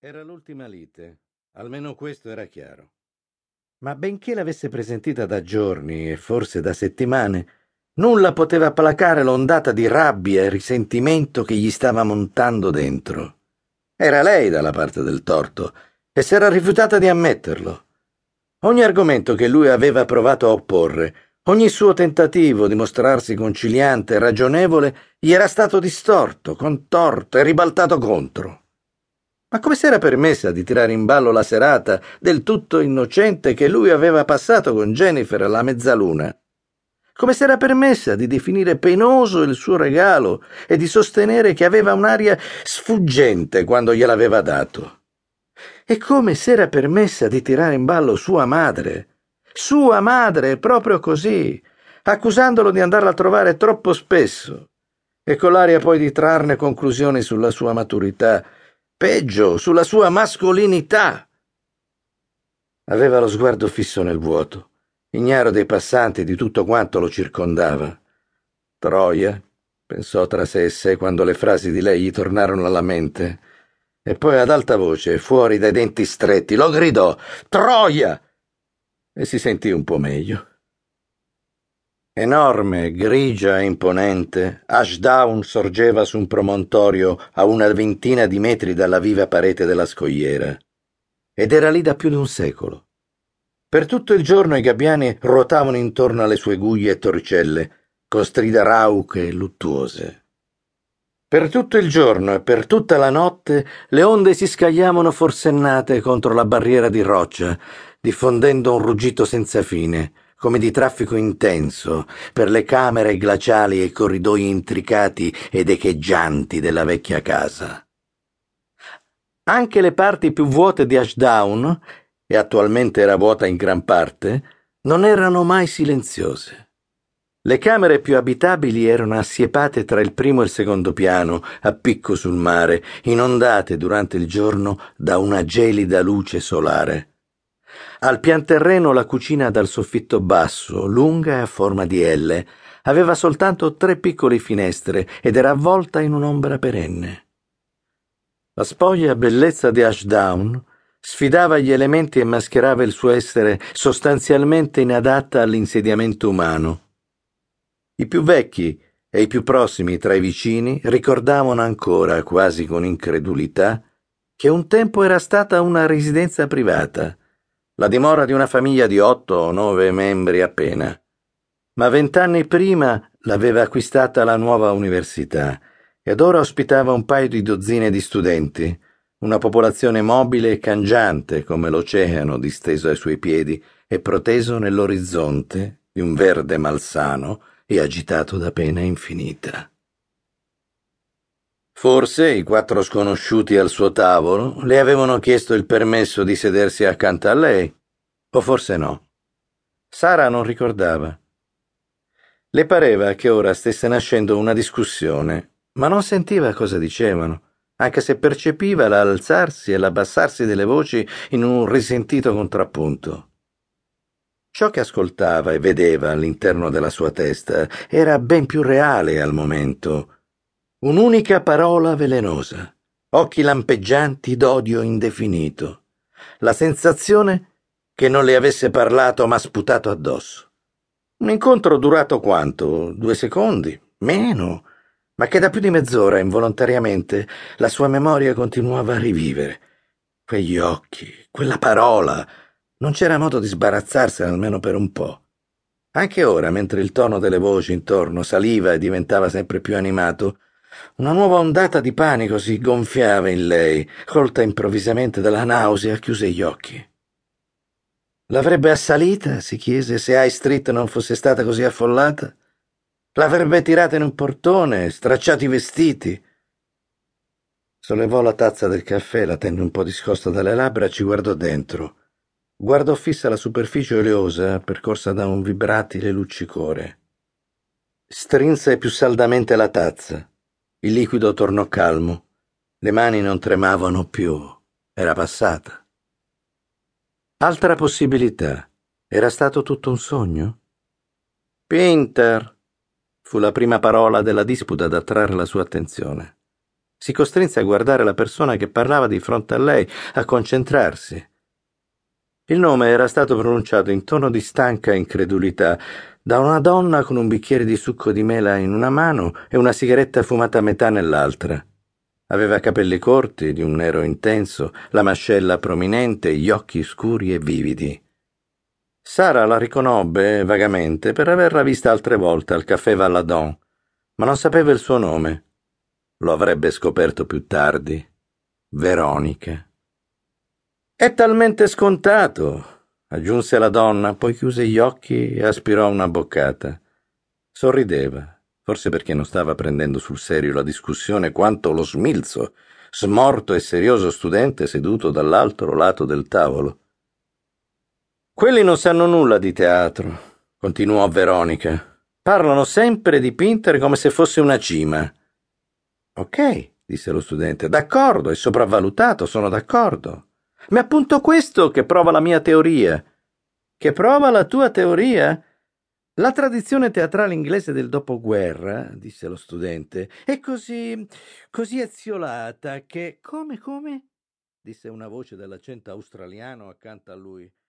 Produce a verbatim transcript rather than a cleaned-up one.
Era l'ultima lite, almeno questo era chiaro. Ma benché l'avesse presentita da giorni e forse da settimane, nulla poteva placare l'ondata di rabbia e risentimento che gli stava montando dentro. Era lei dalla parte del torto e s'era rifiutata di ammetterlo. Ogni argomento che lui aveva provato a opporre, ogni suo tentativo di mostrarsi conciliante e ragionevole, gli era stato distorto, contorto e ribaltato contro. Ma come s'era permessa di tirare in ballo la serata del tutto innocente che lui aveva passato con Jennifer alla mezzaluna? Come s'era permessa di definire penoso il suo regalo e di sostenere che aveva un'aria sfuggente quando gliel'aveva dato? E come s'era permessa di tirare in ballo sua madre? Sua madre, proprio così, accusandolo di andarla a trovare troppo spesso, e con l'aria poi di trarne conclusioni sulla sua maturità, peggio, sulla sua mascolinità. Aveva lo sguardo fisso nel vuoto, ignaro dei passanti e di tutto quanto lo circondava. Troia, pensò tra sé e sé quando le frasi di lei gli tornarono alla mente, e poi ad alta voce, fuori dai denti stretti, lo gridò: «Troia!» e si sentì un po' meglio. Enorme, grigia e imponente, Ashdown sorgeva su un promontorio a una ventina di metri dalla viva parete della scogliera. Ed era lì da più di un secolo. Per tutto il giorno i gabbiani ruotavano intorno alle sue guglie e torricelle, con strida rauche e luttuose. Per tutto il giorno e per tutta la notte le onde si scagliavano forsennate contro la barriera di roccia, diffondendo un ruggito senza fine, come di traffico intenso, per le camere glaciali e i corridoi intricati ed echeggianti della vecchia casa. Anche le parti più vuote di Ashdown, e attualmente era vuota in gran parte, non erano mai silenziose. Le camere più abitabili erano assiepate tra il primo e il secondo piano, a picco sul mare, inondate durante il giorno da una gelida luce solare. Al pian terreno la cucina dal soffitto basso, lunga e a forma di elle, aveva soltanto tre piccole finestre ed era avvolta in un'ombra perenne. La spoglia bellezza di Ashdown sfidava gli elementi e mascherava il suo essere sostanzialmente inadatta all'insediamento umano. I più vecchi e i più prossimi tra i vicini ricordavano ancora, quasi con incredulità, che un tempo era stata una residenza privata, la dimora di una famiglia di otto o nove membri appena. Ma vent'anni prima l'aveva acquistata la nuova università ed ora ospitava un paio di dozzine di studenti, una popolazione mobile e cangiante come l'oceano disteso ai suoi piedi e proteso nell'orizzonte di un verde malsano e agitato da pena infinita. Forse i quattro sconosciuti al suo tavolo le avevano chiesto il permesso di sedersi accanto a lei, o forse no. Sara non ricordava. Le pareva che ora stesse nascendo una discussione, ma non sentiva cosa dicevano, anche se percepiva l'alzarsi e l'abbassarsi delle voci in un risentito contrappunto. Ciò che ascoltava e vedeva all'interno della sua testa era ben più reale al momento. Un'unica parola velenosa, occhi lampeggianti d'odio indefinito, la sensazione che non le avesse parlato ma sputato addosso. Un incontro durato quanto? Due secondi? Meno, ma che da più di mezz'ora involontariamente la sua memoria continuava a rivivere. Quegli occhi, quella parola, non c'era modo di sbarazzarsene almeno per un po'. Anche ora, mentre il tono delle voci intorno saliva e diventava sempre più animato, una nuova ondata di panico si gonfiava in lei, colta improvvisamente dalla nausea, chiuse gli occhi. L'avrebbe assalita, si chiese, se High Street non fosse stata così affollata? L'avrebbe tirata in un portone, stracciato i vestiti. Sollevò la tazza del caffè, la tenne un po' discosta dalle labbra e ci guardò dentro. Guardò fissa la superficie oleosa percorsa da un vibratile luccicore. Strinse più saldamente la tazza. Il liquido tornò calmo. Le mani non tremavano più. Era passata. Altra possibilità. Era stato tutto un sogno? Pinter, fu la prima parola della disputa ad attrarre la sua attenzione. Si costrinse a guardare la persona che parlava di fronte a lei, a concentrarsi. Il nome era stato pronunciato in tono di stanca incredulità da una donna con un bicchiere di succo di mela in una mano e una sigaretta fumata a metà nell'altra. Aveva capelli corti, di un nero intenso, la mascella prominente, gli occhi scuri e vividi. Sara la riconobbe vagamente per averla vista altre volte al caffè Valladon, ma non sapeva il suo nome. Lo avrebbe scoperto più tardi. Veronica. È talmente scontato, aggiunse la donna, poi chiuse gli occhi e aspirò una boccata. Sorrideva, forse perché non stava prendendo sul serio la discussione quanto lo smilzo, smorto e serioso studente seduto dall'altro lato del tavolo. Quelli non sanno nulla di teatro, continuò Veronica. Parlano sempre di Pinter come se fosse una cima. Ok, disse lo studente, d'accordo, è sopravvalutato, sono d'accordo. Ma è appunto questo che prova la mia teoria. Che prova la tua teoria? La tradizione teatrale inglese del dopoguerra, disse lo studente, è così, così eziolata che... Come, come? Disse una voce dall'accento australiano accanto a lui.